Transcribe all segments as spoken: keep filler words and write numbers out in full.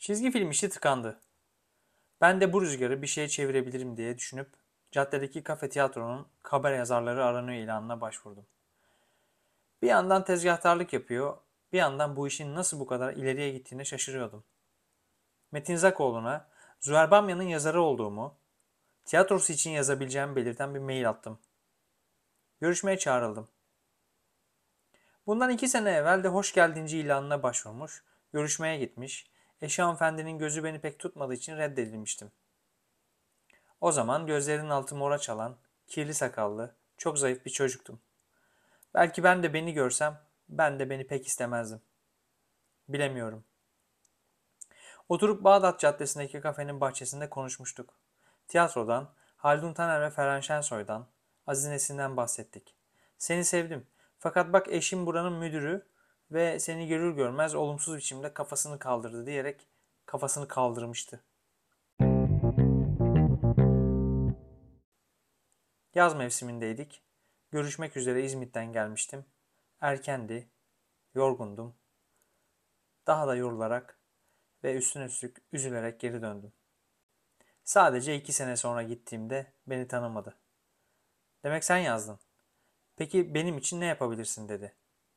Çizgi film işi tıkandı. Ben de bu rüzgarı bir şeye çevirebilirim diye düşünüp caddedeki kafe tiyatronun kabare yazarları aranıyor ilanına başvurdum. Bir yandan tezgahtarlık yapıyor, bir yandan bu işin nasıl bu kadar ileriye gittiğine şaşırıyordum. Metin Zakoğlu'na Zuhal Bamya'nın yazarı olduğumu, tiyatrosu için yazabileceğimi belirten bir mail attım. Görüşmeye çağrıldım. Bundan iki sene evvel de hoş geldinci ilanına başvurmuş, görüşmeye gitmiş, eşi hanımefendinin gözü beni pek tutmadığı için reddedilmiştim. O zaman gözlerinin altı mora çalan, kirli sakallı, çok zayıf bir çocuktum. Belki ben de beni görsem, ben de beni pek istemezdim. Bilemiyorum. Oturup Bağdat Caddesi'ndeki kafenin bahçesinde konuşmuştuk. Tiyatrodan, Haldun Taner ve Ferhan Şensoy'dan, Aziz Nesin'den bahsettik. Seni sevdim. Fakat bak eşim buranın müdürü ve seni görür görmez olumsuz biçimde kafasını kaldırdı diyerek kafasını kaldırmıştı. Yaz mevsimindeydik. Görüşmek üzere İzmit'ten gelmiştim. Erkendi, yorgundum. Daha da yorularak ve üstüne üstlük üzülerek geri döndüm. Sadece iki sene sonra gittiğimde beni tanımadı. Demek sen yazdın. Peki benim için ne yapabilirsin dedi.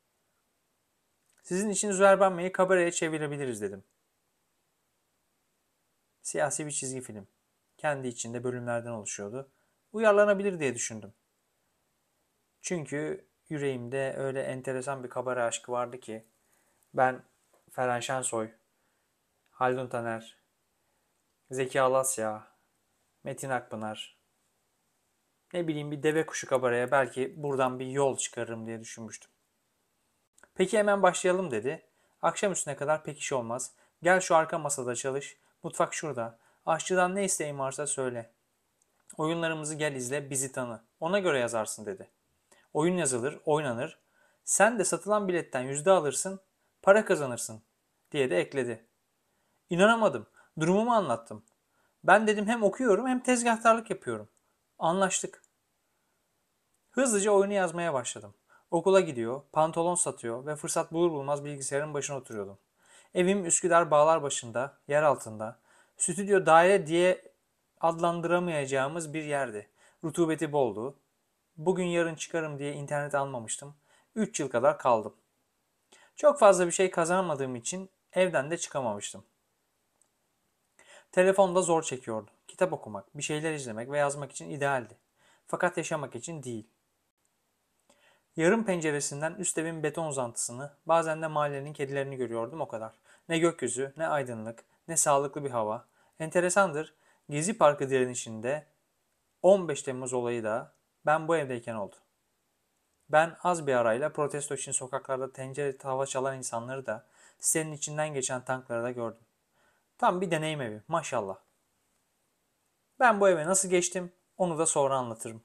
Sizin için Züerbenme'yi kabareye çevirebiliriz dedim. Siyasi bir çizgi film. Kendi içinde bölümlerden oluşuyordu. Uyarlanabilir diye düşündüm. Çünkü yüreğimde öyle enteresan bir kabare aşkı vardı ki ben Ferhan Şensoy, Haldun Taner, Zeki Alasya, Metin Akpınar, ne bileyim bir deve kuşu kabareye belki buradan bir yol çıkarırım diye düşünmüştüm. Peki hemen başlayalım dedi. Akşamüstüne kadar pek iş olmaz. Gel şu arka masada çalış. Mutfak şurada. Aşçıdan ne isteğin varsa söyle. Oyunlarımızı gel izle, bizi tanı. Ona göre yazarsın dedi. Oyun yazılır, oynanır. Sen de satılan biletten yüzde alırsın, para kazanırsın diye de ekledi. İnanamadım. Durumumu anlattım. Ben dedim hem okuyorum hem tezgahtarlık yapıyorum. Anlaştık. Hızlıca oyunu yazmaya başladım. Okula gidiyor, pantolon satıyor ve fırsat bulur bulmaz bilgisayarın başına oturuyordum. Evim Üsküdar Bağlarbaşı'nda, yer altında. Stüdyo daire diye adlandıramayacağımız bir yerdi. Rutubeti boldu. Bugün yarın çıkarım diye internet almamıştım. üç yıl kadar kaldım. Çok fazla bir şey kazanamadığım için evden de çıkamamıştım. Telefonda zor çekiyordu. Kitap okumak, bir şeyler izlemek ve yazmak için idealdi. Fakat yaşamak için değil. Yarım penceresinden üst evin beton uzantısını, bazen de mahallenin kedilerini görüyordum o kadar. Ne gökyüzü, ne aydınlık, ne sağlıklı bir hava. Enteresandır, Gezi Parkı direnişinde on beş Temmuz olayı da ben bu evdeyken oldu. Ben az bir arayla protesto için sokaklarda tencere tava çalan insanları da, sitenin içinden geçen tankları da gördüm. Tam bir deneyim evi, maşallah. Ben bu eve nasıl geçtim, onu da sonra anlatırım.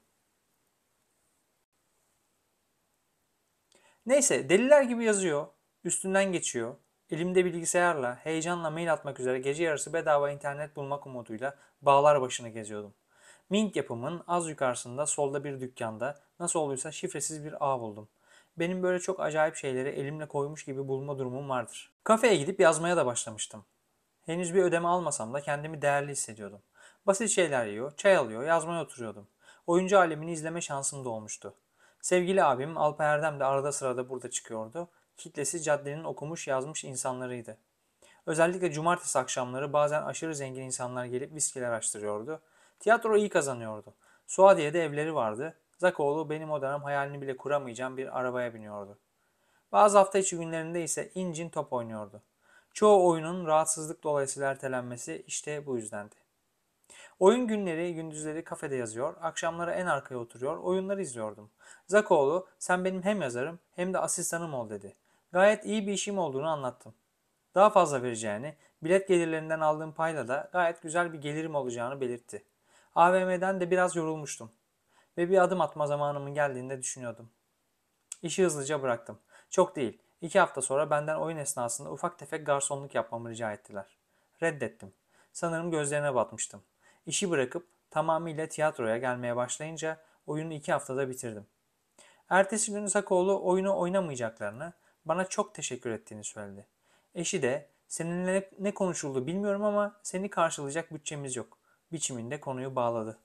Neyse, deliler gibi yazıyor, üstünden geçiyor. Elimde bilgisayarla, heyecanla mail atmak üzere gece yarısı bedava internet bulmak umuduyla bağlar başını geziyordum. Mint yapımın az yukarısında solda bir dükkanda nasıl olduysa şifresiz bir ağ buldum. Benim böyle çok acayip şeyleri elimle koymuş gibi bulma durumum vardır. Kafeye gidip yazmaya da başlamıştım. Henüz bir ödeme almasam da kendimi değerli hissediyordum. Basit şeyler yiyor, çay alıyor, yazmaya oturuyordum. Oyuncu alemini izleme şansım da olmuştu. Sevgili abim Alpa Erdem de arada sırada burada çıkıyordu. Kitlesi caddenin okumuş yazmış insanlarıydı. Özellikle cumartesi akşamları bazen aşırı zengin insanlar gelip viskiler açtırıyordu. Tiyatro iyi kazanıyordu. Suadiye'de evleri vardı. Zakoğlu benim o dönem hayalini bile kuramayacağım bir arabaya biniyordu. Bazı hafta içi günlerinde ise incin top oynuyordu. Çoğu oyunun rahatsızlık dolayısıyla ertelenmesi işte bu yüzdendi. Oyun günleri, gündüzleri kafede yazıyor, akşamları en arkaya oturuyor, oyunları izliyordum. Zakoğlu, sen benim hem yazarım hem de asistanım ol dedi. Gayet iyi bir işim olduğunu anlattım. Daha fazla vereceğini, bilet gelirlerinden aldığım payla da gayet güzel bir gelirim olacağını belirtti. A V M'den de biraz yorulmuştum ve bir adım atma zamanımın geldiğinde düşünüyordum. İşi hızlıca bıraktım. Çok değil, iki hafta sonra benden oyun esnasında ufak tefek garsonluk yapmamı rica ettiler. Reddettim. Sanırım gözlerine batmıştım. İşi bırakıp tamamıyla tiyatroya gelmeye başlayınca oyunu iki haftada bitirdim. Ertesi gün Zakoğlu oyunu oynamayacaklarını, bana çok teşekkür ettiğini söyledi. Eşi de Seninle ne, ne konuşuldu bilmiyorum ama seni karşılayacak bütçemiz yok. Biçiminde konuyu bağladı.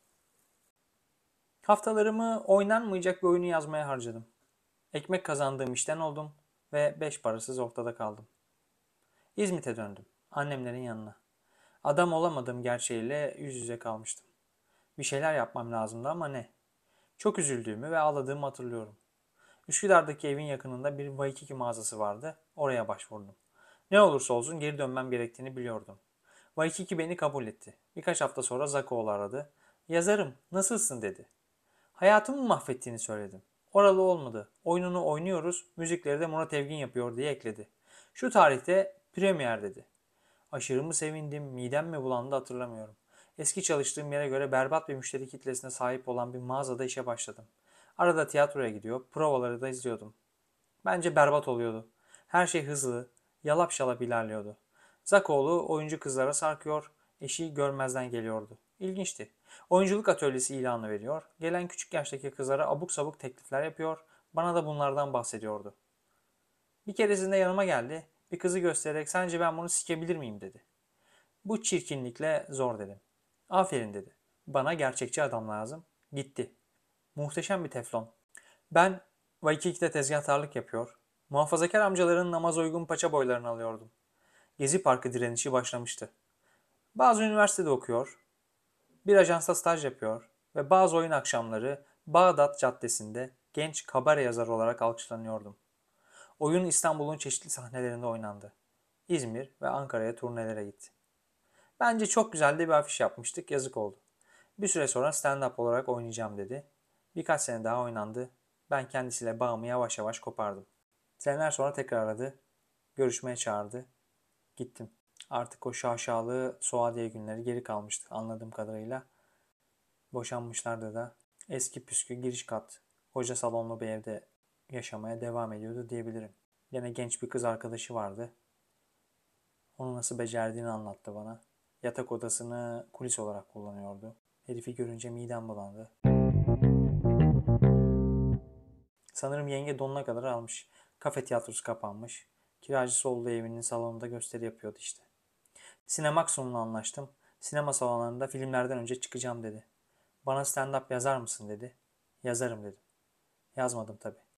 Haftalarımı oynanmayacak bir oyunu yazmaya harcadım. Ekmek kazandığım işten oldum ve beş parasız ortada kaldım. İzmit'e döndüm. Annemlerin yanına. Adam olamadığım gerçeğiyle yüz yüze kalmıştım. Bir şeyler yapmam lazımdı ama ne? Çok üzüldüğümü ve ağladığımı hatırlıyorum. Üsküdar'daki evin yakınında bir Waikiki mağazası vardı. Oraya başvurdum. Ne olursa olsun geri dönmem gerektiğini biliyordum. Waikiki beni kabul etti. Birkaç hafta sonra Zakoğlu aradı. Yazarım, nasılsın dedi. Hayatımı mahvettiğini söyledim. Oralı olmadı. Oyununu oynuyoruz, müzikleri de Murat Evgin yapıyor diye ekledi. Şu tarihte Premier dedi. Aşırı mı sevindim, midem mi bulandı hatırlamıyorum. Eski çalıştığım yere göre berbat bir müşteri kitlesine sahip olan bir mağazada işe başladım. Arada tiyatroya gidiyor, provaları da izliyordum. Bence berbat oluyordu. Her şey hızlı, yalap şalap ilerliyordu. Zakoğlu oyuncu kızlara sarkıyor, eşi görmezden geliyordu. İlginçti. Oyunculuk atölyesi ilanı veriyor, gelen küçük yaştaki kızlara abuk sabuk teklifler yapıyor, bana da bunlardan bahsediyordu. Bir keresinde yanıma geldi, bir kızı göstererek sence ben bunu sikebilir miyim dedi. Bu çirkinlikle zor dedim. Aferin dedi. Bana gerçekçi adam lazım. Gitti. Muhteşem bir teflon. Ben Vaikiki'de tezgahtarlık yapıyor, muhafazakar amcaların namaz uygun paça boylarını alıyordum. Gezi Parkı direnişi başlamıştı. Bazı üniversitede okuyor, bir ajansta staj yapıyor ve bazı oyun akşamları Bağdat Caddesi'nde genç kabare yazarı olarak alkışlanıyordum. Oyun İstanbul'un çeşitli sahnelerinde oynandı. İzmir ve Ankara'ya turnelere gitti. Bence çok güzel de bir afiş yapmıştık, yazık oldu. Bir süre sonra stand-up olarak oynayacağım dedi. Birkaç sene daha oynandı. Ben kendisiyle bağımı yavaş yavaş kopardım. Seneler sonra tekrar aradı. Görüşmeye çağırdı. Gittim. Artık o şaşalı Suadiye günleri geri kalmıştı anladığım kadarıyla. Boşanmışlardı da. Eski püskü giriş kat. Hoca salonlu bir evde yaşamaya devam ediyordu diyebilirim. Yine genç bir kız arkadaşı vardı. Onu nasıl becerdiğini anlattı bana. Yatak odasını kulis olarak kullanıyordu. Herifi görünce midem bulandı. Sanırım yenge donuna kadar almış. Kafe tiyatrosu kapanmış. Kiracısı olduğu evinin salonunda gösteri yapıyordu işte. Sinemaxon'la anlaştım. Sinema salonlarında filmlerden önce çıkacağım dedi. Bana stand-up yazar mısın dedi. Yazarım dedim. Yazmadım tabii.